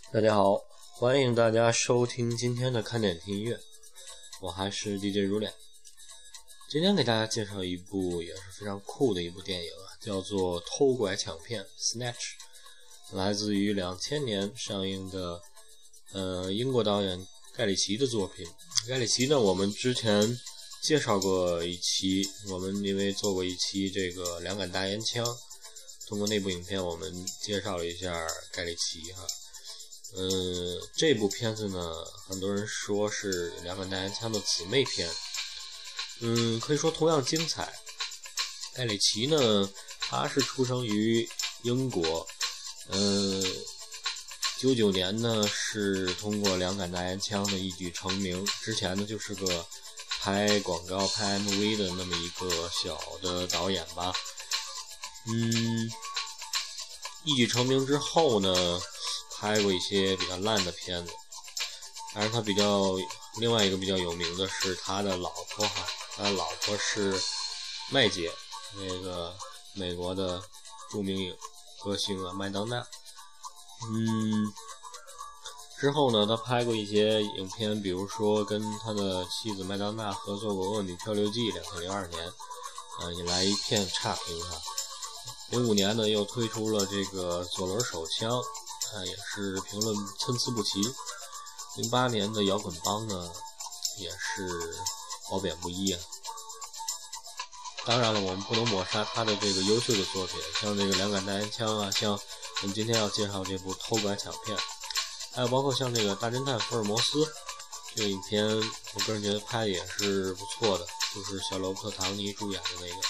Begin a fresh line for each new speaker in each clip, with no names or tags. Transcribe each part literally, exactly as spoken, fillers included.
大家好，欢迎大家收听今天的看点听音乐，我还是 D J 如脸。今天给大家介绍一部也是非常酷的一部电影啊，叫做偷拐抢骗 Snatch， 来自于两千年上映的呃英国导演盖里奇的作品。盖里奇呢，我们之前介绍过一期，我们因为做过一期这个两杆大烟枪，通过那部影片我们介绍了一下盖里奇哈。呃，这部片子呢，很多人说是两杆大烟枪的姊妹片，嗯，可以说同样精彩。盖里奇呢，他是出生于英国，呃，九九年呢是通过两杆大烟枪的一举成名，之前呢就是个拍广告、拍 M V 的那么一个小的导演吧，嗯，一举成名之后呢，拍过一些比较烂的片子，但是他比较另外一个比较有名的是他的老婆哈，他的老婆是麦姐，那个美国的著名歌星啊麦当娜。嗯，之后呢，他拍过一些影片，比如说跟他的妻子麦当娜合作过《恶女漂流记》，两千零二年，呃，引来一片差评哈。零五年呢，又推出了这个左轮手枪。啊，也是评论参差不齐。零八年的摇滚帮呢，也是褒贬不一啊。当然了，我们不能抹杀他的这个优秀的作品，像这个两杆大烟枪啊，像我们今天要介绍这部偷拐抢骗，还有包括像这个大侦探福尔摩斯这个影片，我个人觉得拍的也是不错的，就是小罗伯特·唐尼主演的那个。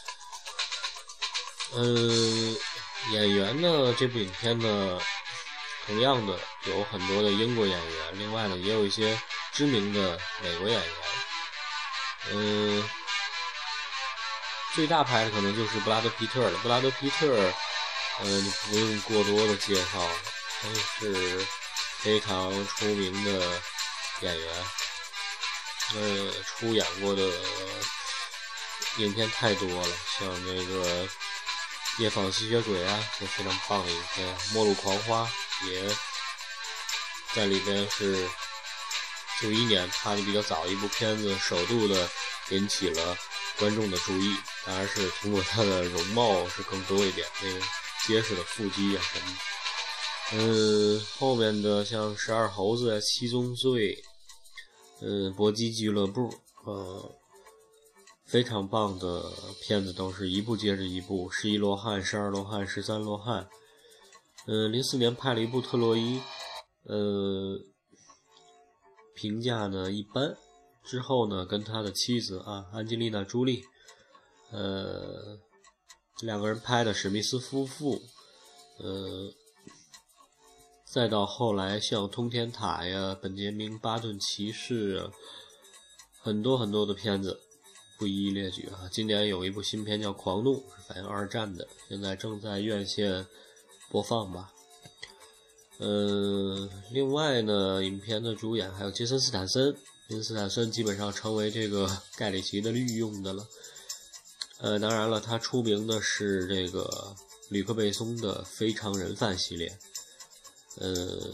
嗯，演员呢，这部影片呢，同样的有很多的英国演员，另外呢也有一些知名的美国演员。嗯，最大牌的可能就是布拉德皮特了。布拉德皮特，嗯，不用过多的介绍，他是非常出名的演员。呃，出演过的影片太多了，像这个《夜访吸血鬼》啊，是非常棒的影片，《末路狂花》也在里边是九一年拍的比较早一部片子，首度的引起了观众的注意，当然是通过他的容貌是更多一点，那个结实的腹肌啊什么的。嗯，后面的像十二猴子啊、七宗罪、嗯，搏击俱乐部，呃，非常棒的片子，都是一部接着一部，十一罗汉、十二罗汉、十三罗汉。嗯，零四年拍了一部特洛伊，呃，评价呢一般。之后呢，跟他的妻子啊安吉丽娜·朱莉，呃，两个人拍的史密斯夫妇，呃，再到后来像通天塔呀、本杰明·巴顿骑士啊，很多很多的片子，不一一列举啊。今年有一部新片叫《狂怒》，是反映二战的，现在正在院线播放吧。呃，另外呢，影片的主演还有杰森斯坦森，杰森斯坦森基本上成为这个盖里奇的御用的了。呃，当然了，他出名的是这个吕克贝松的《非常人贩》系列，呃，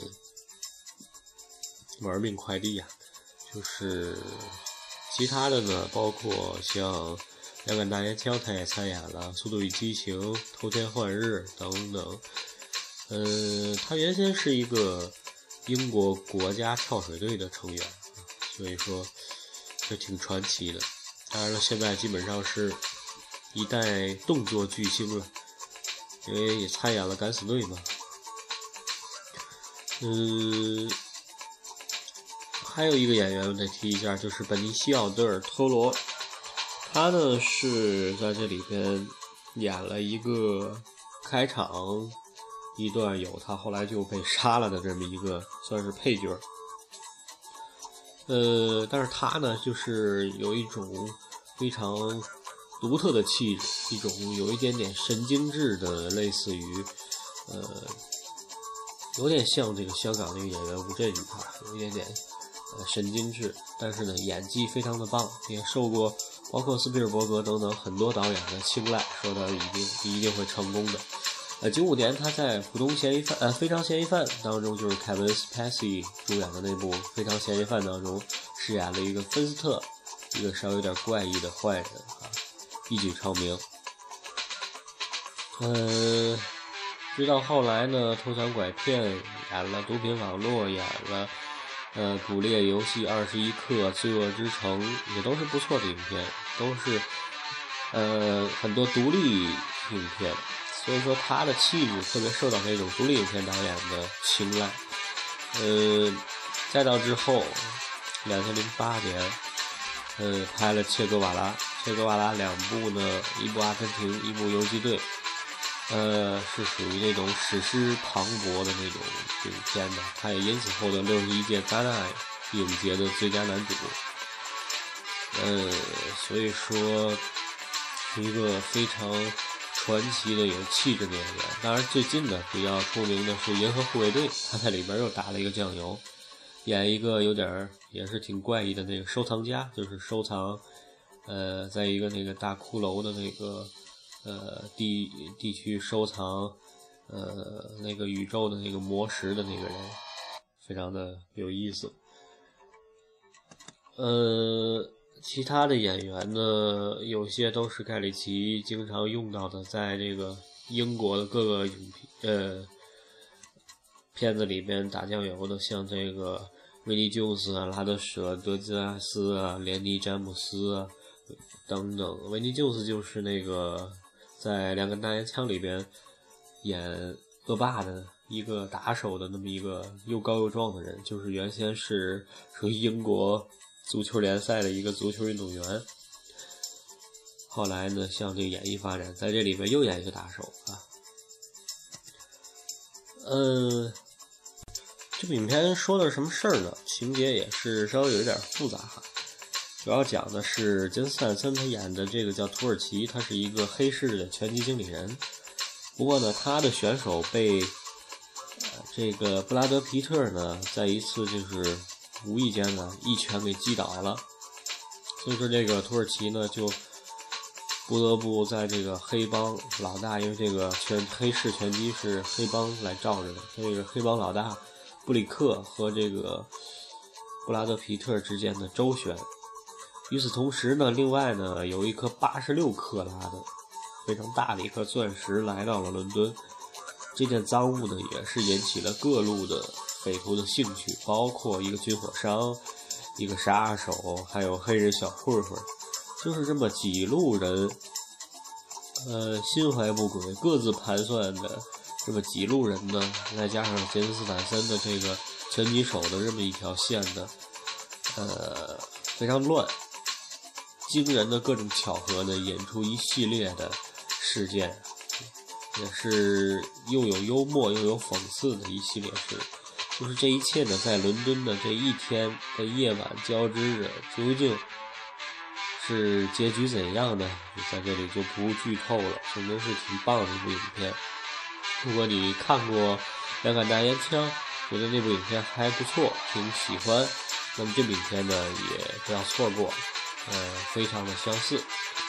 玩命快递呀、啊，就是其他的呢，包括像两杆大烟枪，他也参演了《速度与激情》、《偷天换日》等等。呃，他原先是一个英国国家跳水队的成员，所以说这挺传奇的。当然了，现在基本上是一代动作巨星了，因为也参演了敢死队嘛。嗯，还有一个演员我得提一下，就是本尼西奥德尔托罗，他呢是在这里边演了一个开场一段有他后来就被杀了的这么一个算是配角。呃，但是他呢就是有一种非常独特的气质，一种有一点点神经质的，类似于呃有点像这个香港那个演员吴镇宇哈，有一点点呃神经质，但是呢演技非常的棒，也受过包括斯皮尔伯格等等很多导演的青睐，说他一定一定会成功的。 呃，九五年他在《普通嫌疑犯》呃《非常嫌疑犯》当中，就是凯文·斯派西主演的那部《非常嫌疑犯》当中，饰演了一个芬斯特，一个稍微有点怪异的坏人啊，一举成名。呃，直到后来呢，偷抢拐骗演了，毒品网络演了，呃，捕猎游戏二十一克、罪恶之城也都是不错的影片，都是呃很多独立影片。所以说他的气质特别受到那种独立影片导演的青睐。呃，再到之后，两千零八年，呃，拍了《切格瓦拉》，《切格瓦拉》两部呢，一部阿根廷，一部游击队，呃，是属于那种史诗磅礴的那种影片的。他也因此获得六十一届戛纳影节的最佳男主。呃，所以说是一个非常传奇的有气质的演员。当然最近的比较出名的是《银河护卫队》，他在里边又打了一个酱油，演一个有点也是挺怪异的那个收藏家，就是收藏呃在一个那个大骷髅的那个呃地地区收藏呃那个宇宙的那个魔石的那个人，非常的有意思。呃其他的演员呢，有些都是盖里奇经常用到的，在这个英国的各个影呃片子里边打酱油的，像这个维尼·琼斯啊、拉德舍、德吉拉斯啊、连尼·詹姆斯啊等等。维尼·琼斯就是那个在《两根大烟枪》里边演恶霸的一个打手的那么一个又高又壮的人，就是原先是属于英国足球联赛的一个足球运动员，后来呢向这个演艺发展，在这里面又演一个打手啊。呃，这部影片说的是什么事儿呢？情节也是稍微有一点复杂哈。主要讲的是金斯坦森他演的这个叫土耳其，他是一个黑市的拳击经理人。不过呢，他的选手被、呃、这个布拉德皮特呢，在一次就是无意间呢一拳给击倒了，所以说这个土耳其呢就不得不在这个黑帮老大，因为这个拳黑市拳击是黑帮来罩着的，这个黑帮老大布里克和这个布拉德皮特之间的周旋。与此同时呢，另外呢有一颗八十六克拉的非常大的一颗钻石来到了伦敦，这件赃物呢也是引起了各路的匪徒的兴趣，包括一个军火商、一个杀手，还有黑人小混混，就是这么几路人，呃，心怀不轨，各自盘算的这么几路人呢，再加上杰森斯坦森的这个拳击手的这么一条线呢，呃，非常乱，惊人的各种巧合呢，引出一系列的事件，也是又有幽默又有讽刺的一系列事。就是这一切呢，在伦敦的这一天的夜晚交织着，究竟是结局怎样呢？就在这里就不剧透了。总之是挺棒的一部影片。如果你看过《两杆大烟枪》，觉得那部影片还不错，挺喜欢，那么这部影片呢也不要错过，呃，非常的相似。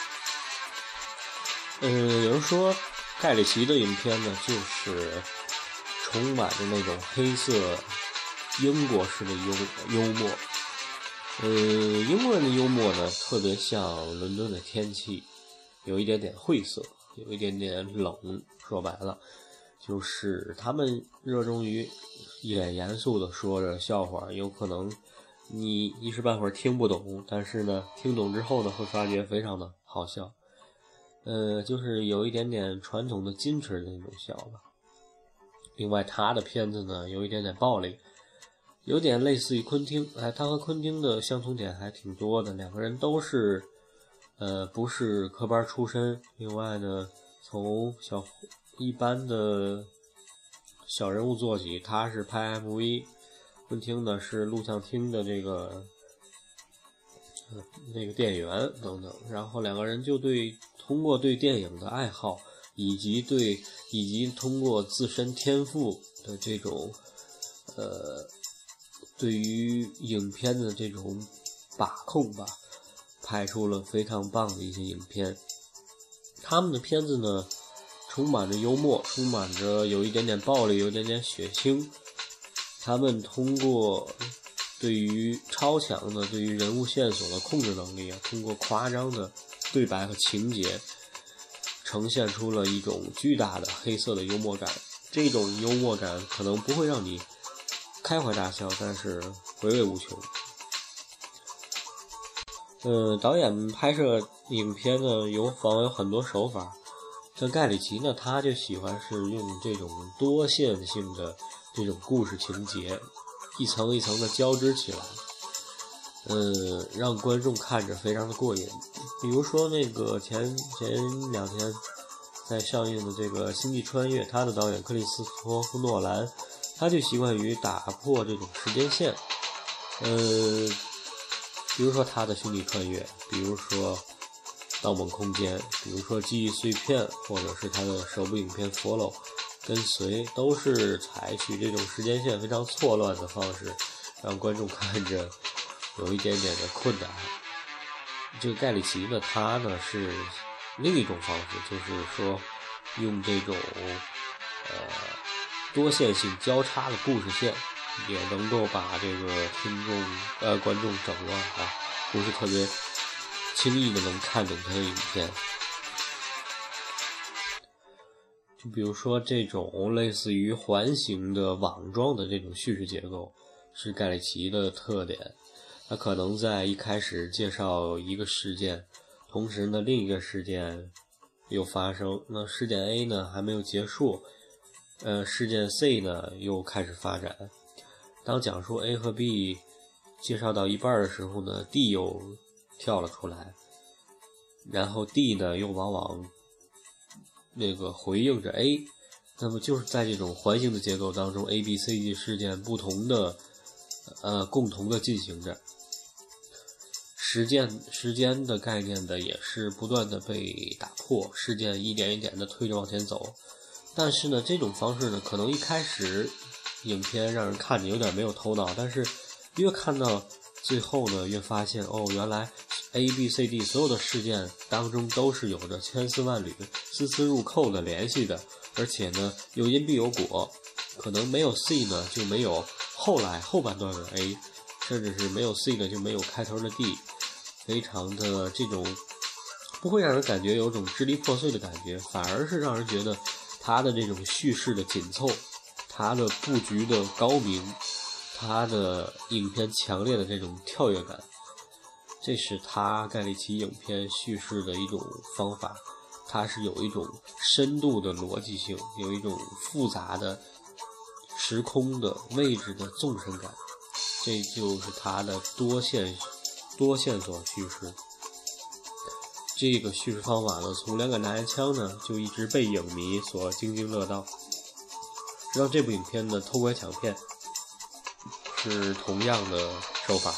嗯、呃，有人说盖里奇的影片呢，就是充满着那种黑色英国式的幽幽默。呃，英国人的幽默呢，特别像伦敦的天气，有一点点晦涩，有一点点冷。说白了，就是他们热衷于一脸严肃的说着笑话，有可能你一时半会儿听不懂，但是呢，听懂之后呢，会发觉非常的好笑。呃，就是有一点点传统的矜持的那种笑吧。另外他的片子呢有一点点暴力，有点类似于昆汀，哎，他和昆汀的相同点还挺多的，两个人都是呃不是科班出身，另外呢从小一般的小人物做起，他是拍 M V， 昆汀呢是录像厅的这个呃那个店员等等，然后两个人就对通过对电影的爱好以及对以及通过自身天赋的这种呃对于影片的这种把控吧，拍出了非常棒的一些影片。他们的片子呢充满着幽默，充满着有一点点暴力，有一点点血腥。他们通过对于超强的对于人物线索的控制能力啊，通过夸张的对白和情节，呈现出了一种巨大的黑色的幽默感。这种幽默感可能不会让你开怀大笑，但是回味无穷。呃，导演拍摄影片呢，有往往有很多手法。像盖里奇呢，他就喜欢是用这种多线性的这种故事情节，一层一层的交织起来，呃，让观众看着非常的过瘾。比如说那个前前两天在上映的这个《星际穿越》，他的导演克里斯托夫诺兰，他就习惯于打破这种时间线，呃，比如说他的《星际穿越》，比如说《盗梦空间》，比如说《记忆碎片》，或者是他的首部影片《Follow》跟随，都是采取这种时间线非常错乱的方式，让观众看着有一点点的困难。这个盖里奇呢，他呢是另一种方式，就是说用这种呃多线性交叉的故事线，也能够把这个听众呃观众整乱啊，不是特别轻易的能看懂他的影片。就比如说这种类似于环形的网状的这种叙事结构是盖里奇的特点。他可能在一开始介绍一个事件，同时呢另一个事件又发生，那事件 A 呢还没有结束，呃，事件 C 呢又开始发展。当讲述 A 和 B 介绍到一半的时候呢， D 又跳了出来，然后 D 呢又往往那个回应着 A。 那么就是在这种环形的结构当中， A、B、C、D 事件不同的呃共同的进行着，时间时间的概念的也是不断的被打破，事件一点一点的推着往前走。但是呢这种方式呢，可能一开始影片让人看着有点没有头脑，但是越看到最后呢，越发现哦，原来 A、B、C、D 所有的事件当中都是有着千丝万缕、丝丝入扣的联系的，而且呢有因必有果，可能没有 C 呢就没有后来后半段的 A， 甚至是没有 C 呢就没有开头的 D， 非常的这种不会让人感觉有种支离破碎的感觉，反而是让人觉得它的这种叙事的紧凑，它的布局的高明，它的影片强烈的这种跳跃感，这是他盖里奇影片叙事的一种方法。它是有一种深度的逻辑性，有一种复杂的时空的位置的纵深感，这就是它的多线多线索叙事。这个叙事方法呢，从两杆大烟枪呢就一直被影迷所津津乐道，直到这部影片的偷拐抢骗是同样的手法。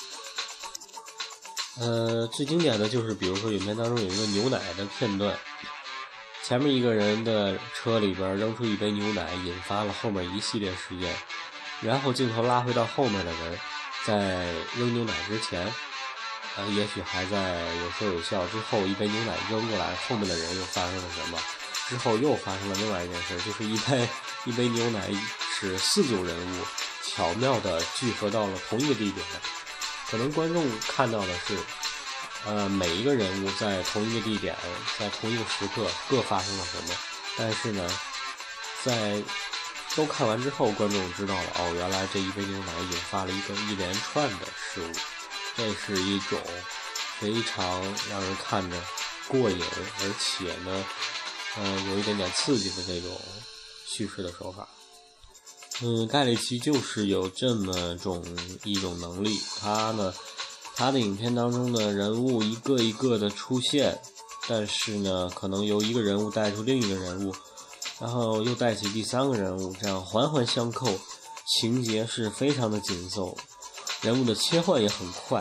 呃，最经典的就是比如说影片当中有一个牛奶的片段，前面一个人的车里边扔出一杯牛奶，引发了后面一系列事件，然后镜头拉回到后面的人在扔牛奶之前呃，也许还在有说有笑，之后一杯牛奶扔过来，后面的人又发生了什么，之后又发生了另外一件事，就是一杯一杯牛奶使四组人物巧妙地聚合到了同一个地点。可能观众看到的是呃，每一个人物在同一个地点，在同一个时刻各发生了什么，但是呢在都看完之后，观众知道了，哦，原来这一杯牛奶引发了一个一连串的事物。这是一种非常让人看着过瘾，而且呢呃，有一点点刺激的这种叙事的手法。嗯，盖里奇就是有这么种一种能力，他呢他的影片当中的人物一个一个的出现，但是呢可能由一个人物带出另一个人物，然后又带起第三个人物，这样环环相扣，情节是非常的紧凑，人物的切换也很快。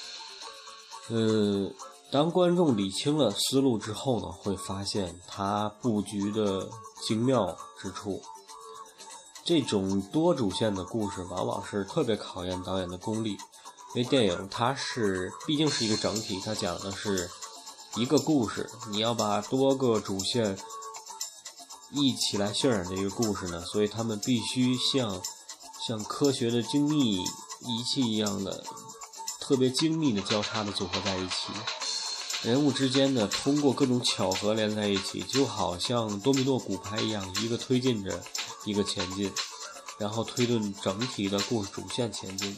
呃，当观众理清了思路之后呢，会发现他布局的精妙之处。这种多主线的故事往往是特别考验导演的功力，因为电影它是毕竟是一个整体，它讲的是一个故事，你要把多个主线一起来渲染这个故事呢，所以他们必须像像科学的精密仪器一样的特别精密的交叉的组合在一起，人物之间呢通过各种巧合连在一起，就好像多米诺骨牌一样，一个推进着一个前进，然后推动整体的故事主线前进。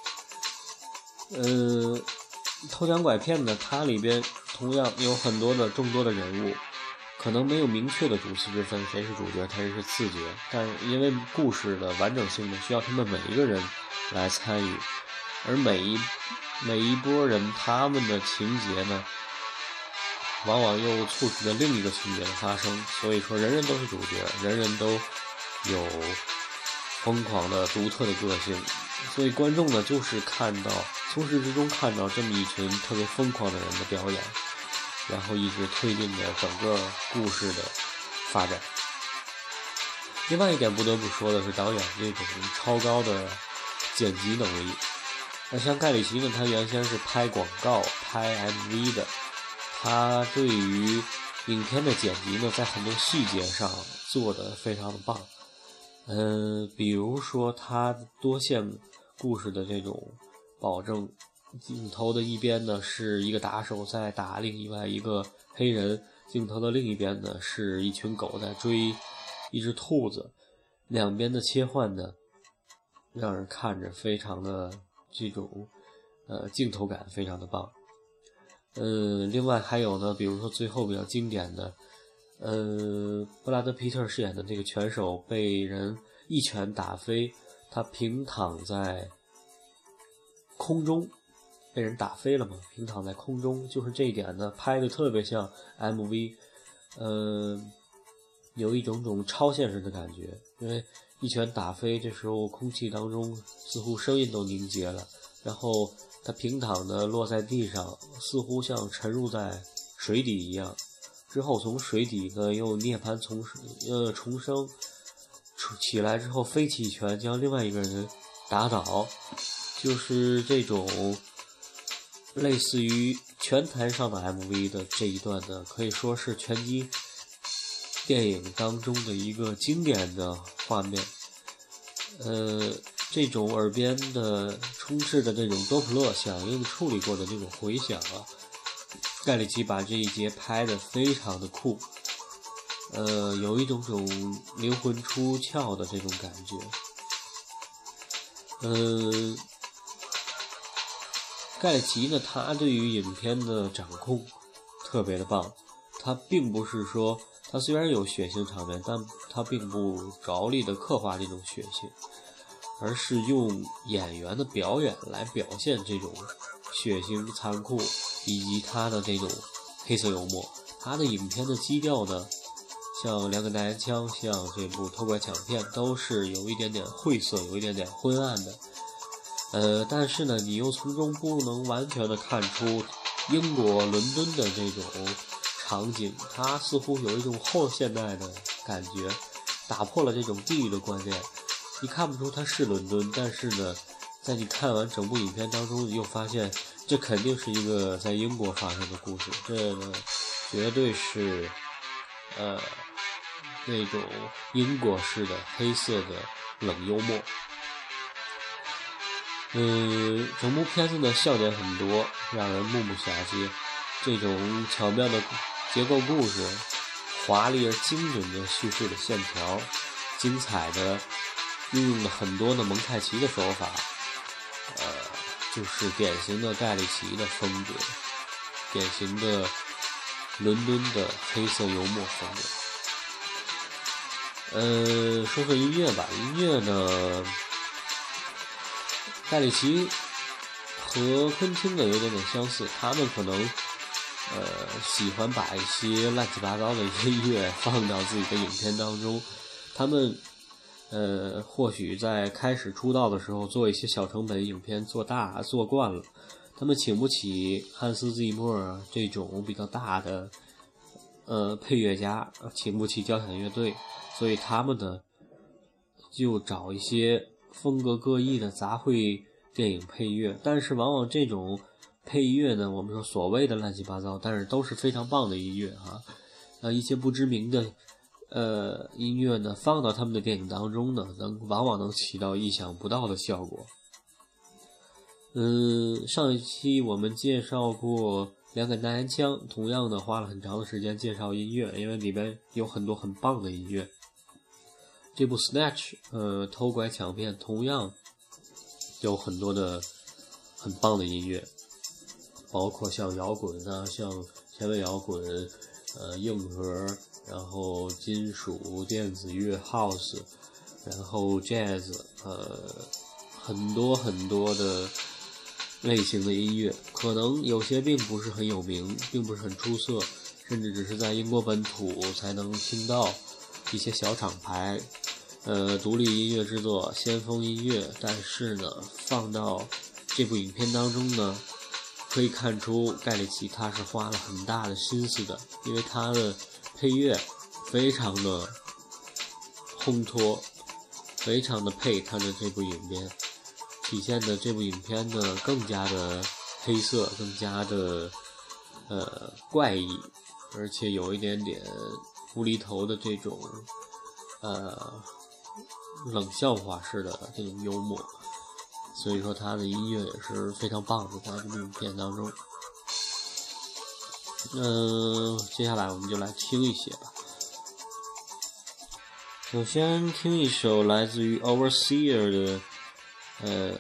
呃，偷抢拐骗呢，它里边同样有很多的众多的人物，可能没有明确的主次之分，谁是主角谁是次角，但因为故事的完整性呢，需要他们每一个人来参与，而每一每一波人他们的情节呢往往又促使着另一个情节的发生，所以说人人都是主角，人人都有疯狂的独特的个性，所以观众呢就是看到从始至终看到这么一群特别疯狂的人的表演，然后一直推进着整个故事的发展。另外一点不得不说的是导演这种超高的剪辑能力。那像盖里奇呢，他原先是拍广告拍 M V 的，他对于影片的剪辑呢在很多细节上做得非常的棒。嗯、呃，比如说他多线故事的这种保证，镜头的一边呢是一个打手在打另外一个黑人，镜头的另一边呢是一群狗在追一只兔子，两边的切换呢让人看着非常的这种呃镜头感非常的棒。呃，另外还有呢，比如说最后比较经典的呃，布拉德皮特饰演的这个拳手被人一拳打飞，他平躺在空中，被人打飞了嘛，平躺在空中，就是这一点呢拍的特别像 M V， 呃，有一种种超现实的感觉，因为一拳打飞，这时候空气当中似乎声音都凝结了，然后他平躺的落在地上，似乎像沉入在水底一样，之后从水底呢又涅槃重呃重生起来之后飞起一拳将另外一个人打倒，就是这种类似于拳台上的 M V 的这一段呢，可以说是拳击电影当中的一个经典的画面。呃，这种耳边的充斥着这种多普勒响应处理过的这种回响啊，盖里奇把这一节拍得非常的酷，呃，有一种种灵魂出窍的这种感觉。呃，盖里奇呢，他对于影片的掌控特别的棒，他并不是说他虽然有血腥场面，但他并不着力的刻画这种血腥，而是用演员的表演来表现这种血腥残酷以及他的这种黑色幽默。他的影片的基调呢，像两个大烟枪，像这部偷拐抢骗，都是有一点点晦涩，有一点点昏暗的。呃，但是呢，你又从中不能完全的看出英国伦敦的这种场景，它似乎有一种后现代的感觉，打破了这种地域的观念。你看不出它是伦敦，但是呢，在你看完整部影片当中，你又发现这肯定是一个在英国发生的故事，这呢绝对是呃那种英国式的黑色的冷幽默。嗯，整部片子的笑点很多，让人目不暇接。这种巧妙的结构故事，华丽而精准的叙事的线条，精彩的运用了很多的蒙太奇的手法，呃，就是典型的盖里奇的风格，典型的伦敦的黑色幽默风格。呃，说说音乐吧，音乐呢，盖里奇和昆汀的有点点相似，他们可能呃喜欢把一些乱七八糟的一些音乐放到自己的影片当中。他们呃或许在开始出道的时候做一些小成本影片做大做惯了，他们请不起汉斯季默这种比较大的呃配乐家，请不起交响乐队，所以他们呢就找一些风格各异的杂烩电影配乐，但是往往这种配乐呢，我们说所谓的乱七八糟，但是都是非常棒的音乐啊。呃，一些不知名的呃音乐呢放到他们的电影当中呢，能往往能起到意想不到的效果。嗯，上一期我们介绍过两杆大烟枪，同样的花了很长的时间介绍音乐，因为里边有很多很棒的音乐。这部 Snatch 呃偷拐抢骗同样有很多的很棒的音乐，包括像摇滚啊，像前卫摇滚，呃硬核，然后金属、电子乐 House， 然后 Jazz， 呃很多很多的类型的音乐，可能有些并不是很有名，并不是很出色，甚至只是在英国本土才能听到一些小厂牌呃独立音乐制作、先锋音乐，但是呢放到这部影片当中呢，可以看出盖里奇他是花了很大的心思的，因为他的配乐非常的烘托，非常的配他的这部影片，体现的这部影片呢更加的黑色，更加的呃怪异，而且有一点点无厘头的这种呃冷笑话式的这种幽默，所以说他的音乐也是非常棒的，在这部影片当中。嗯、呃，接下来我们就来听一些吧。首先听一首来自于 Overseer 的呃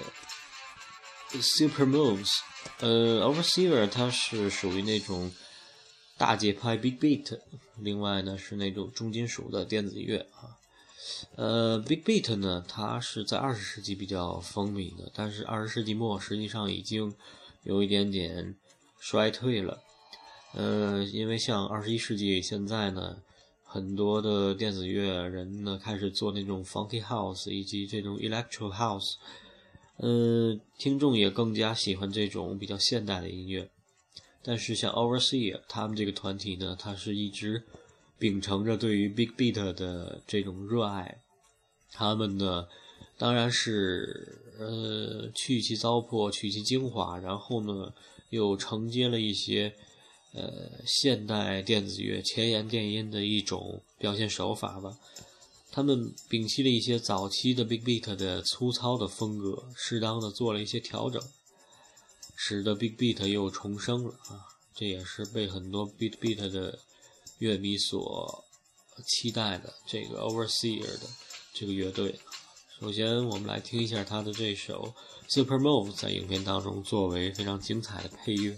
Super Moves。呃 Overseer 它是属于那种大节拍 Big Beat， 另外呢是那种重金属的电子乐啊。呃 Big Beat 呢它是在二十世纪比较风靡的，但是二十世纪末实际上已经有一点点衰退了。呃因为像二十一世纪现在呢，很多的电子乐人呢开始做那种 Funky House 以及这种 Electro House， 呃听众也更加喜欢这种比较现代的音乐。但是像 Overseer 他们这个团体呢，他是一直秉承着对于 Big Beat 的这种热爱，他们呢当然是呃去其糟粕，取其精华，然后呢又承接了一些呃现代电子乐前沿电音的一种表现手法吧。他们摒弃了一些早期的 Big Beat 的粗糙的风格，适当的做了一些调整，使得 Big Beat 又重生了啊！这也是被很多 Big Beat 的乐迷所期待的这个 Overseer 的这个乐队。首先我们来听一下他的这首 Super Move 在影片当中作为非常精彩的配乐。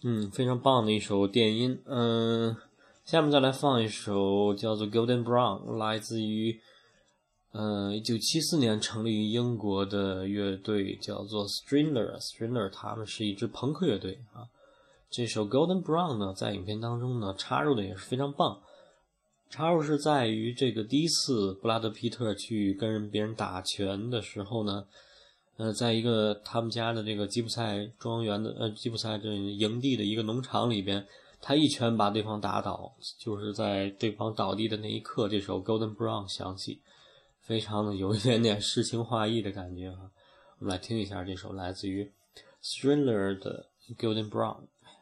嗯，非常棒的一首电音。嗯、呃，下面再来放一首叫做 Golden Brown， 来自于呃一九七四年成立于英国的乐队叫做 Stringer Stringer 他们是一支朋克乐队啊。这首 Golden Brown 呢，在影片当中呢插入的也是非常棒。插入是在于这个第一次布拉德皮特去跟别人打拳的时候呢，呃，在一个他们家的这个吉普赛庄园的呃吉普赛这营地的一个农场里边，他一拳把对方打倒，就是在对方倒地的那一刻，这首 Golden Brown 响起，非常的有一点点诗情画意的感觉啊。我们来听一下这首来自于 Stringer 的 Golden Brown。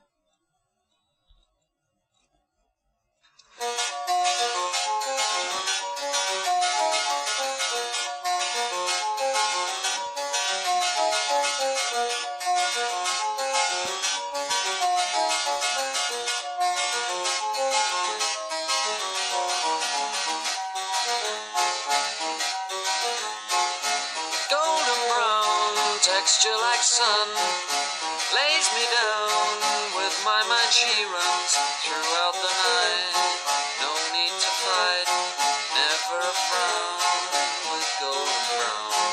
Texture like sun lays me down. With my mind she runs throughout the night. No need to fight, never a frown. With golden brown,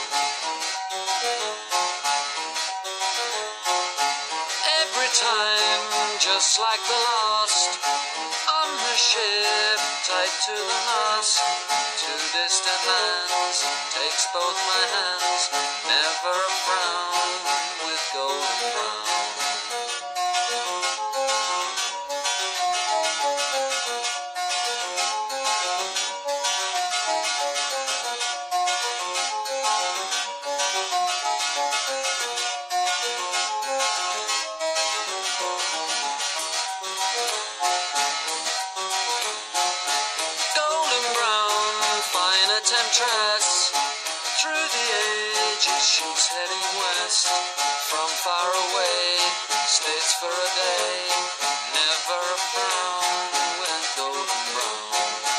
every time just like the last. On her ship, tied to the mast, to distant lands, takes both my hands, never a frown, with golden brown. Temptress, through the ages she's heading west. From far away, stays for a day, never a frown, with golden brown.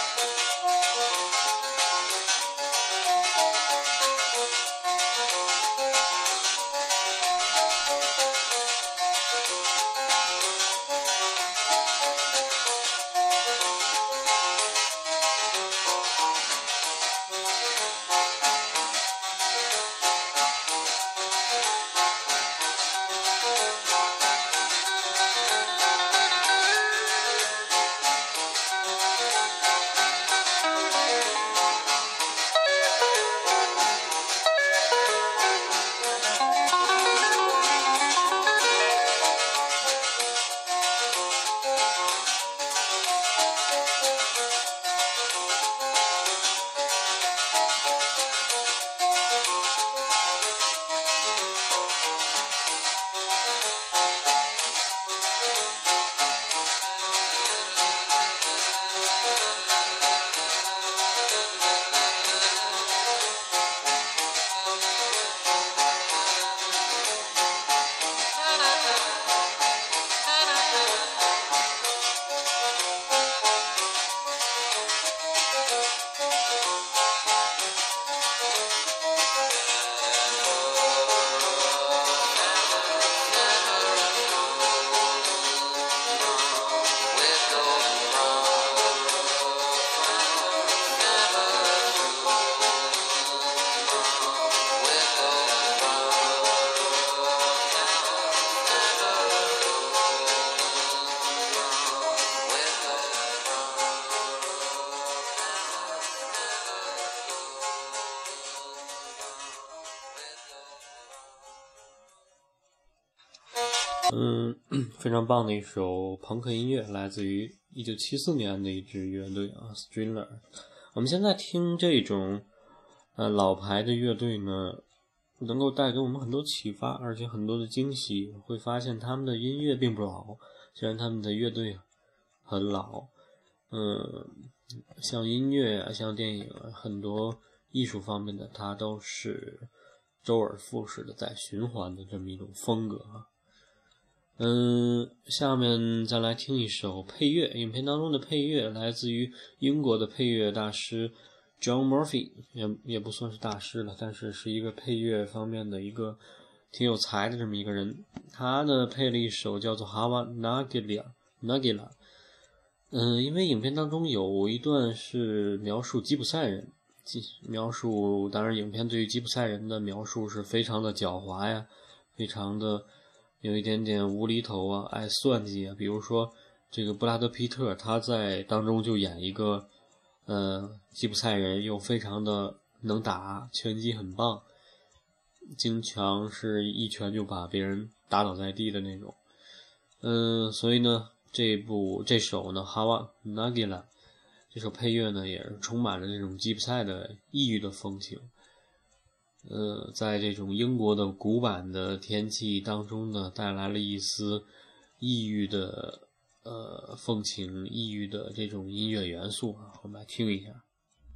嗯，非常棒的一首朋克音乐，来自于一九七四年的一支乐队啊 ，Stringer。我们现在听这种呃老牌的乐队呢，能够带给我们很多启发，而且很多的惊喜。会发现他们的音乐并不老，虽然他们的乐队很老，嗯，像音乐啊，像电影啊，很多艺术方面的，它都是周而复始的在循环的这么一种风格啊。嗯，下面再来听一首配乐，影片当中的配乐来自于英国的配乐大师 John Murphy， 也也不算是大师了，但是是一个配乐方面的一个挺有才的这么一个人。他呢配了一首叫做《Hava Nagila Nagila》，嗯，因为影片当中有一段是描述吉普赛人，描述当然影片对于吉普赛人的描述是非常的狡猾呀，非常的有一点点无厘头啊，爱算计啊。比如说这个布拉德皮特，他在当中就演一个呃吉普赛人，又非常的能打，拳击很棒，经常是一拳就把别人打倒在地的那种。嗯、呃，所以呢这部这首呢《Hava Nagila》这首配乐呢也是充满了这种吉普赛的异域的风情。呃，在这种英国的古板的天气当中呢，带来了一丝异域的呃风情，异域的这种音乐元素啊，我们来听一下。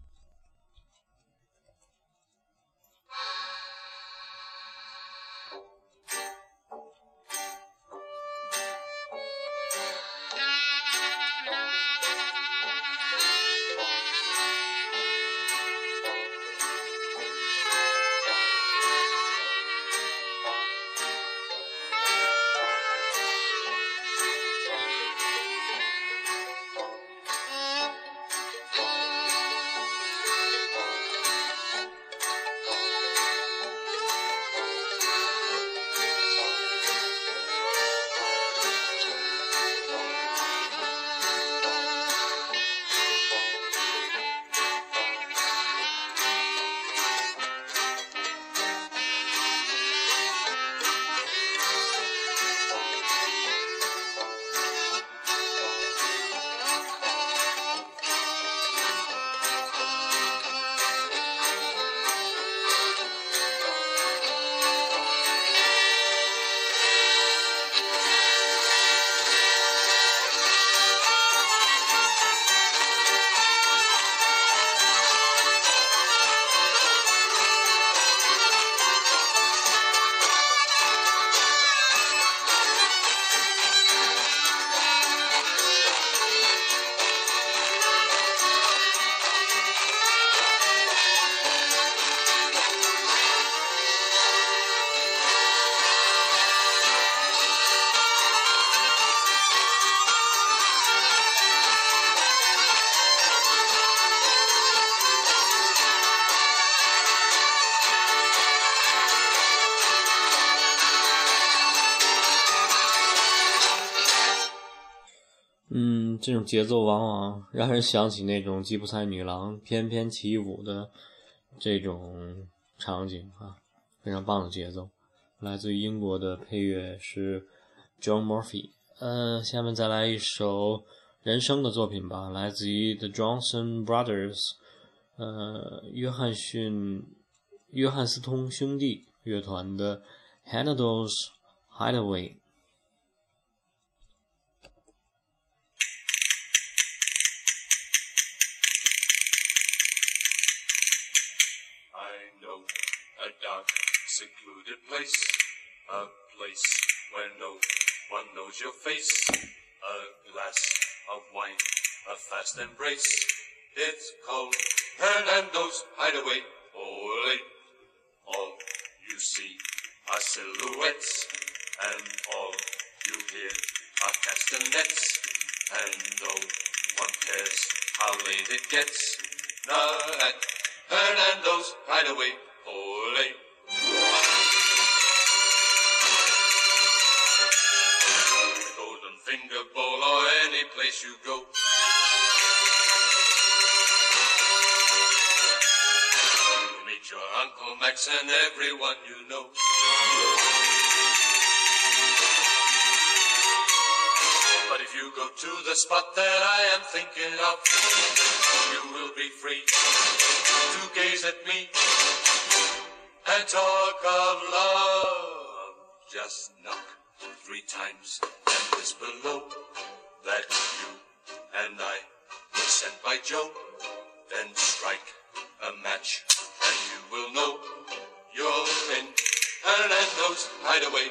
嗯，这种节奏往往让人想起那种吉普赛女郎翩翩起舞的这种场景啊，非常棒的节奏。来自于英国的配乐是 John Murphy。呃，下面再来一首人声的作品吧，来自于 The Johnson Brothers， 呃，约翰逊约翰斯通兄弟乐团的 Hanado's Hideaway。
Secluded place, a place where no one knows your face, a glass of wine, a fast embrace. It's called Hernando's Hideaway. Ole, all you see are silhouettes, and all you hear are castanets, and no one cares how late it gets. Not at Hernando's Hideaway. Ole. Golden Finger Bowl or any place you go. You meet your Uncle Max and everyone you know. But if you go to the spot that I am thinking of, you will be free to gaze at me and talk of love. Just knock three times and whisper low that you and I were sent by Joe. Then strike a match and you will know you're in Hernando's Hideaway.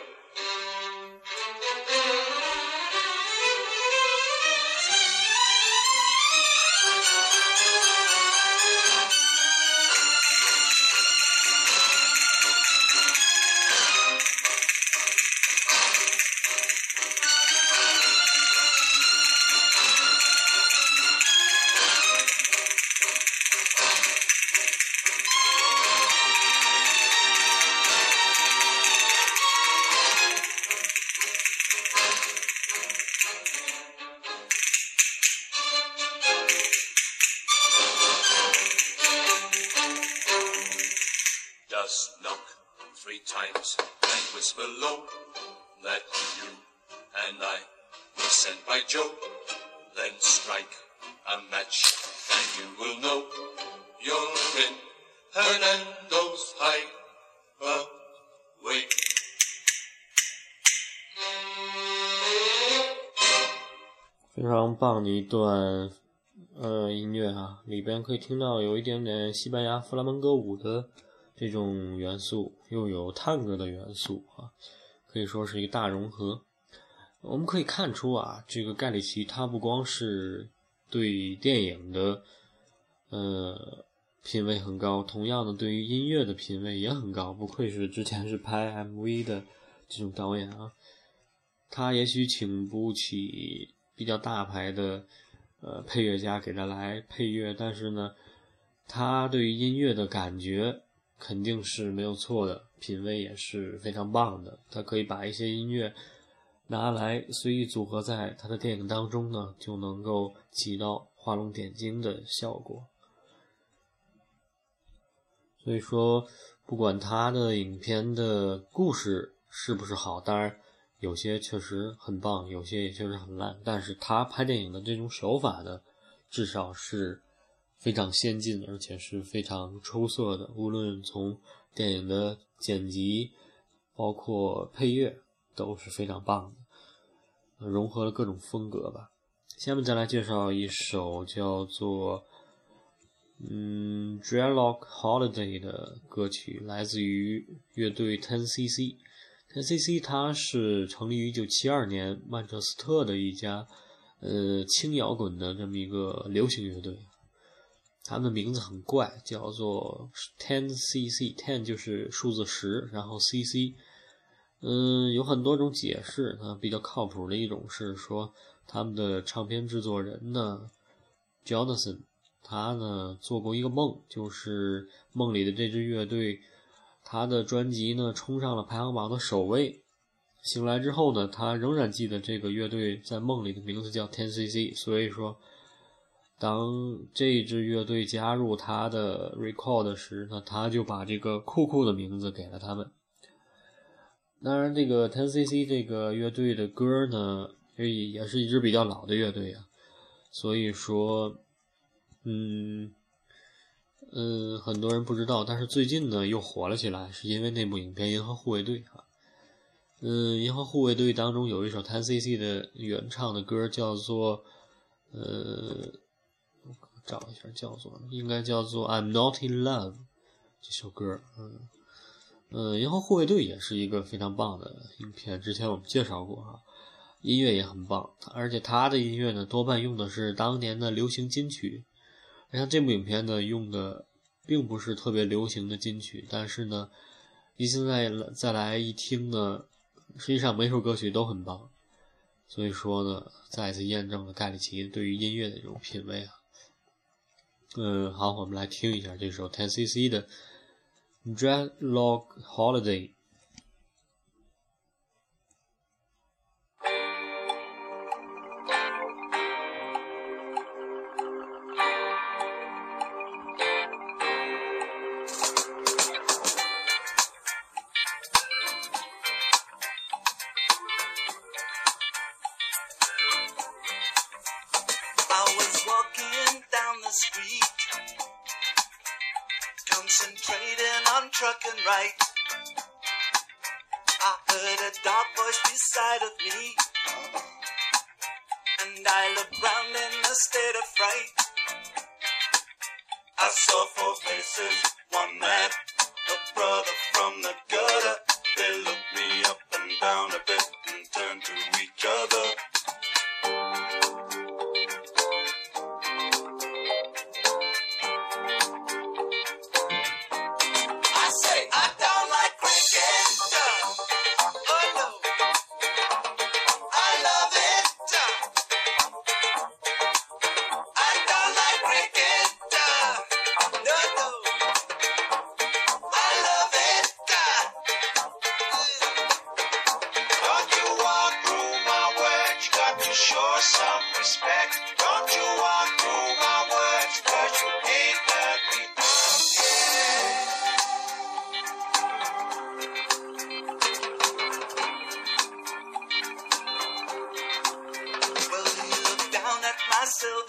Just knock three times and whisper low. Let you and I be sent by Joe. Then strike a match and you will know you're in Hernando's hideaway.
非常棒的一段呃音乐啊，里边可以听到有一点点西班牙弗拉门戈舞的这种元素，又有探戈的元素啊，可以说是一个大融合。我们可以看出啊，这个盖里奇他不光是对电影的呃品味很高，同样的对于音乐的品味也很高，不愧是之前是拍 M V 的这种导演啊。他也许请不起比较大牌的呃配乐家给他来配乐，但是呢他对于音乐的感觉肯定是没有错的，品味也是非常棒的。他可以把一些音乐拿来随意组合在他的电影当中呢，就能够起到画龙点睛的效果。所以说不管他的影片的故事是不是好，当然有些确实很棒，有些也确实很烂，但是他拍电影的这种手法呢，至少是非常先进，而且是非常出色的，无论从电影的剪辑包括配乐都是非常棒的，融合了各种风格吧。下面再来介绍一首叫做嗯 Dreadlock Holiday 的歌曲，来自于乐队 ten C C。ten C C 它是成立于一九七二年曼彻斯特的一家呃轻摇滚的这么一个流行乐队。他们的名字很怪，叫做 ten C C， ten 就是数字十，然后 C C 嗯，有很多种解释，那比较靠谱的一种是说他们的唱片制作人呢 Jonathan， 他呢做过一个梦，就是梦里的这支乐队他的专辑呢冲上了排行榜的首位，醒来之后呢他仍然记得这个乐队在梦里的名字叫 ten C C， 所以说当这支乐队加入他的 record 时呢，他就把这个酷酷的名字给了他们。当然这个 ten C C 这个乐队的歌呢也是一支比较老的乐队啊，所以说嗯嗯，很多人不知道，但是最近呢又火了起来，是因为那部影片《银河护卫队》啊。嗯，《银河护卫队》当中有一首 ten C C 的原唱的歌叫做呃找一下叫做应该叫做 I'm Not in Love 这首歌。嗯嗯，银河护卫队也是一个非常棒的影片，之前我们介绍过啊，音乐也很棒，而且他的音乐呢多半用的是当年的流行金曲。像这部影片呢用的并不是特别流行的金曲，但是呢你现在再来一听呢，实际上每首歌曲都很棒，所以说呢再一次验证了盖里奇对于音乐的这种品味啊。嗯，好，我们来听一下这首 ten C C 的 Dreadlock Holiday。
Concentrating on trucking right, I heard a dark voice beside of me, and I looked round in a state of fright. I saw four faces, one man, a brother from the gutter. They looked me up and down a bit and turned to each other.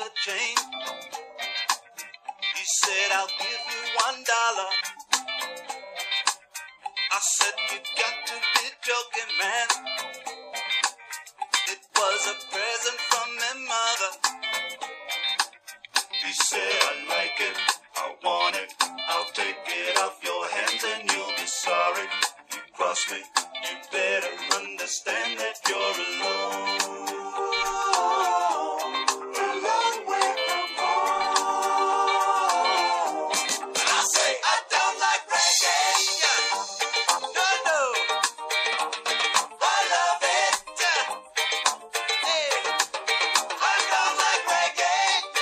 the chain. He said, I'll give you one dollar. I said, you got to be joking, man. It was a present from my mother. He said, I like it, I want it, I'll take it off your hands and you'll be sorry. You cross me, you better understand that you're alone. A long way from home. And I say, I don't like reggae. No, no. I love it. Hey. I don't like reggae.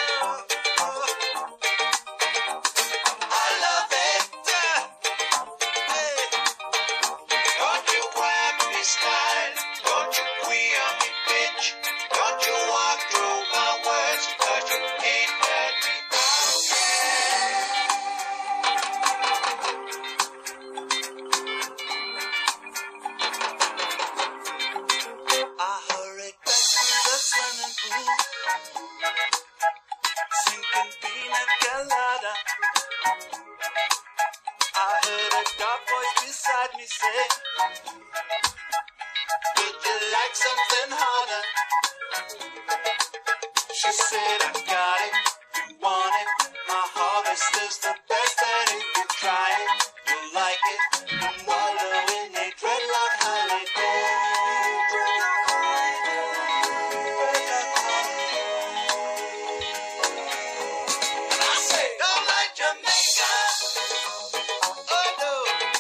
I love it. Hey. Don't you whack me style. Don't you queer me bitch. Don't you walk through my words. Cause you ain't let me down. I hurried back to the swimming pool, sinking pina colada. I heard a dark voice beside me say, would you like something harder? She said, I got it, you want it. My harvest is the best, and if you try it, you'll like it. I'm wallowing a dreadlock holiday. Dreadlock holiday. Dreadlock holiday. And I say, don't like Jamaica. Oh no,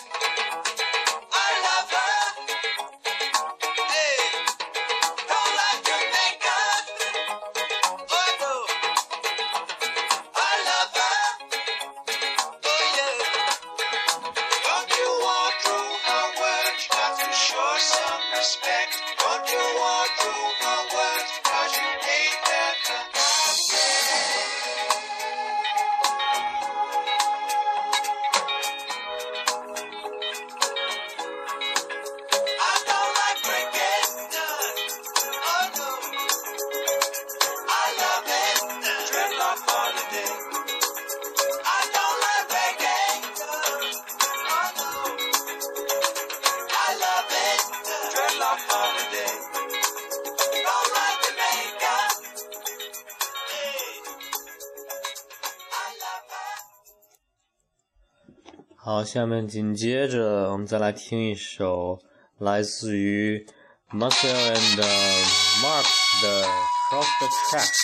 I love her. Hey, don't like Jamaica. Oh no, I love her. Oh yeah, don't you walk through her words, got to show some respect. Don't you walk through her words, cause you ain't that kind. I don't like reggae. Oh no, I love it. Dreadlock holiday. I don't like reggae. Oh no, I love it. Dreadlock holiday. Don't like Jamaica. Hey, I love her.
好，下面紧接着我们再来听一首来自于 Marcel and Marx 的 Cross the Tracks。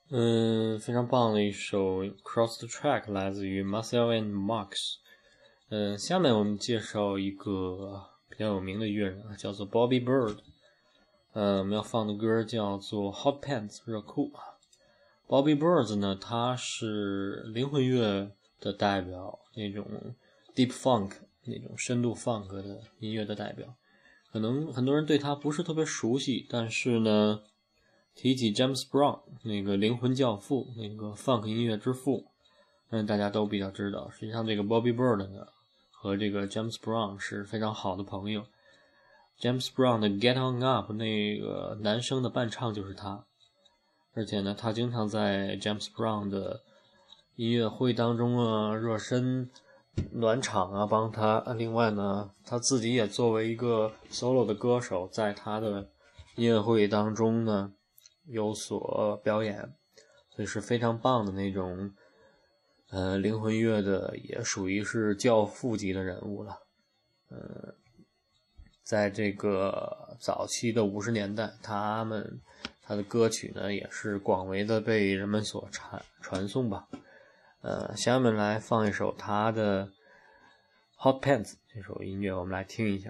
嗯，非常棒的一首 Cross the Track 来自于 Marcel and Max。嗯，下面我们介绍一个比较有名的乐人啊，叫做 Bobby Bird。呃，我们要放的歌叫做 Hot Pants 热裤。Bobby Bird 呢，他是灵魂乐的代表，那种 Deep Funk 那种深度 Funk 的音乐的代表。可能很多人对他不是特别熟悉，但是呢，提起 James Brown 那个灵魂教父，那个 Funk 音乐之父，嗯，大家都比较知道。实际上，这个 Bobby Bird 呢，和这个 James Brown 是非常好的朋友。James Brown 的 Get On Up 那个男声的伴唱就是他，而且呢，他经常在 James Brown 的音乐会当中啊，热身暖场啊，帮他。另外呢，他自己也作为一个 solo 的歌手，在他的音乐会当中呢有所表演，所以是非常棒的那种呃灵魂乐的，也属于是教父级的人物了。呃在这个早期的五十年代，他们他的歌曲呢也是广为的被人们所传传颂吧。呃，下面来放一首他的 Hot Pants 这首音乐，我们来听一下。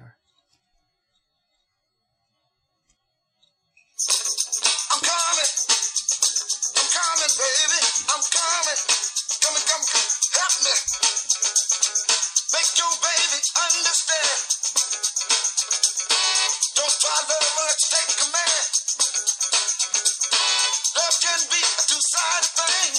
I'm coming, I'm coming, baby, I'm coming, coming, coming, help me, make your baby understand. Don't try love much, take command. Love can be a two-sided thing.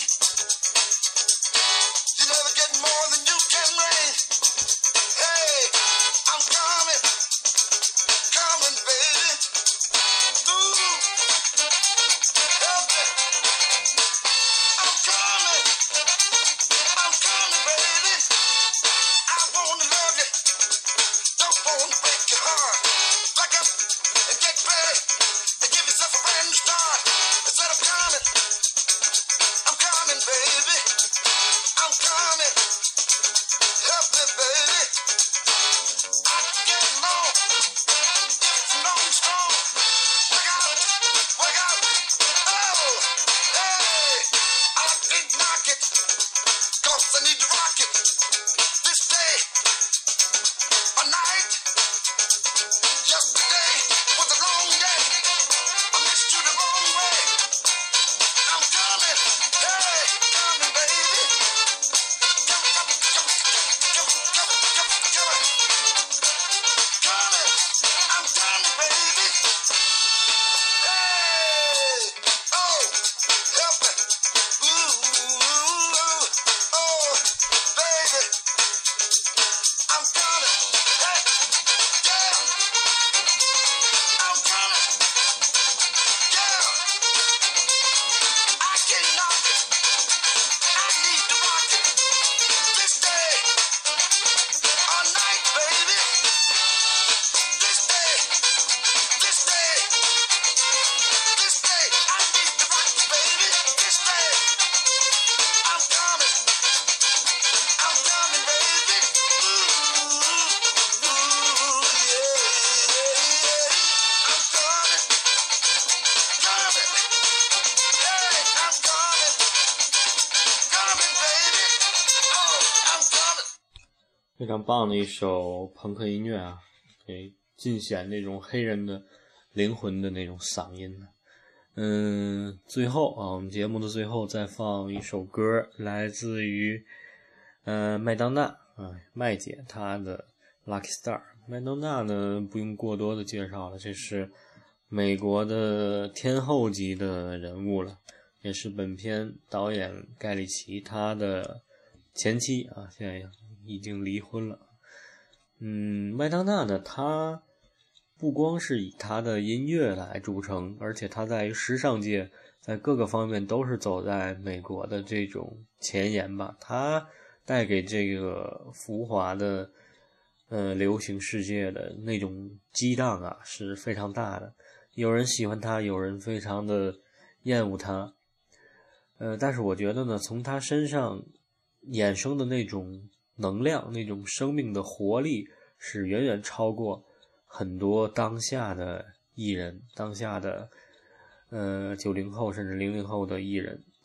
You never get more than you can bring. Hey, I'm coming, coming, baby. Ooh, help me. I'm coming, I'm coming, baby. I wanna love you, don't wanna break your heart. Back up and get ready and give yourself a brand new start. I said I'm coming, I'm coming, baby. I'm coming, help me, baby. I can get along, it's long and strong. Work out, work out, oh, hey. I did knock it, cause I need to rock it. This day, a night. Yesterday was a long day. I missed you the wrong way. I'm coming, hey, coming, baby. Coming, coming, coming, coming, coming, coming, coming. Coming, I'm coming, baby. Hey, oh, help me. Ooh, oh, baby. I'm coming, hey, yeah. I'm coming, yeah. I can knock it, I need to rock it. This day, all night, baby. This day, this day, this day, I need to rock it, baby. This day, I'm coming, I'm coming, baby. Ooh, ooh, yeah, yeah. I'm coming, coming, hey, I'm coming, coming, baby. Oh, I'm coming.
非常棒的一首朋克音乐啊，可以尽显那种黑人的灵魂的那种嗓音呢。嗯，最后啊，我们节目的最后再放一首歌，来自于呃麦当娜啊，麦姐她的 Lucky Star。麦当娜呢，不用过多的介绍了，这是美国的天后级的人物了，也是本片导演盖里奇他的前妻啊，现在已经离婚了。嗯，麦当娜呢，她不光是以她的音乐来著称，而且她在时尚界在各个方面都是走在美国的这种前沿吧。她带给这个浮华的呃流行世界的那种激荡啊是非常大的，有人喜欢她，有人非常的厌恶她。呃，但是我觉得呢，从她身上衍生的那种能量，那种生命的活力是远远超过很多当下的艺人，当下的呃九零后甚至零零后的艺人。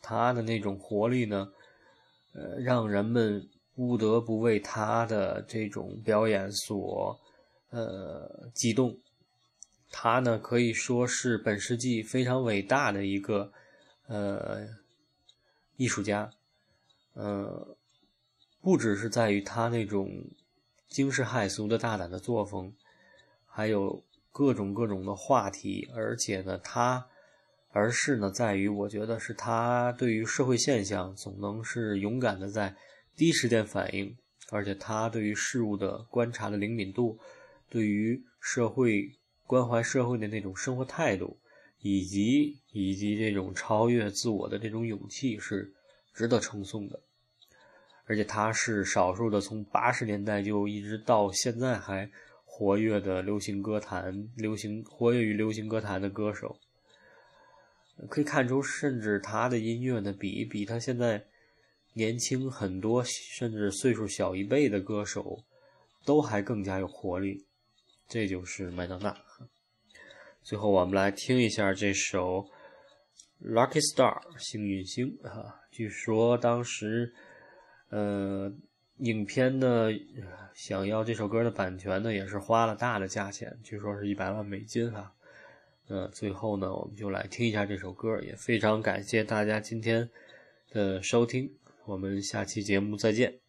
他的那种活力呢，呃，让人们不得不为他的这种表演所呃激动。他呢可以说是本世纪非常伟大的一个呃艺术家，呃，不只是在于他那种惊世骇俗的大胆的作风，还有各种各种的话题，而且呢他而是呢在于我觉得是他对于社会现象总能是勇敢的在第一时间反应，而且他对于事物的观察的灵敏度，对于社会关怀社会的那种生活态度，以及以及这种超越自我的这种勇气是值得称颂的。而且他是少数的从八十年代就一直到现在还活跃的流行歌坛流行活跃于流行歌坛的歌手。可以看出，甚至他的音乐呢比比他现在年轻很多，甚至岁数小一辈的歌手都还更加有活力。这就是麦当娜。最后我们来听一下这首 Lucky Star 幸运星啊，据说当时呃影片呢想要这首歌的版权呢也是花了大的价钱，据说是一百万美金哈。呃最后呢我们就来听一下这首歌，也非常感谢大家今天的收听，我们下期节目再见。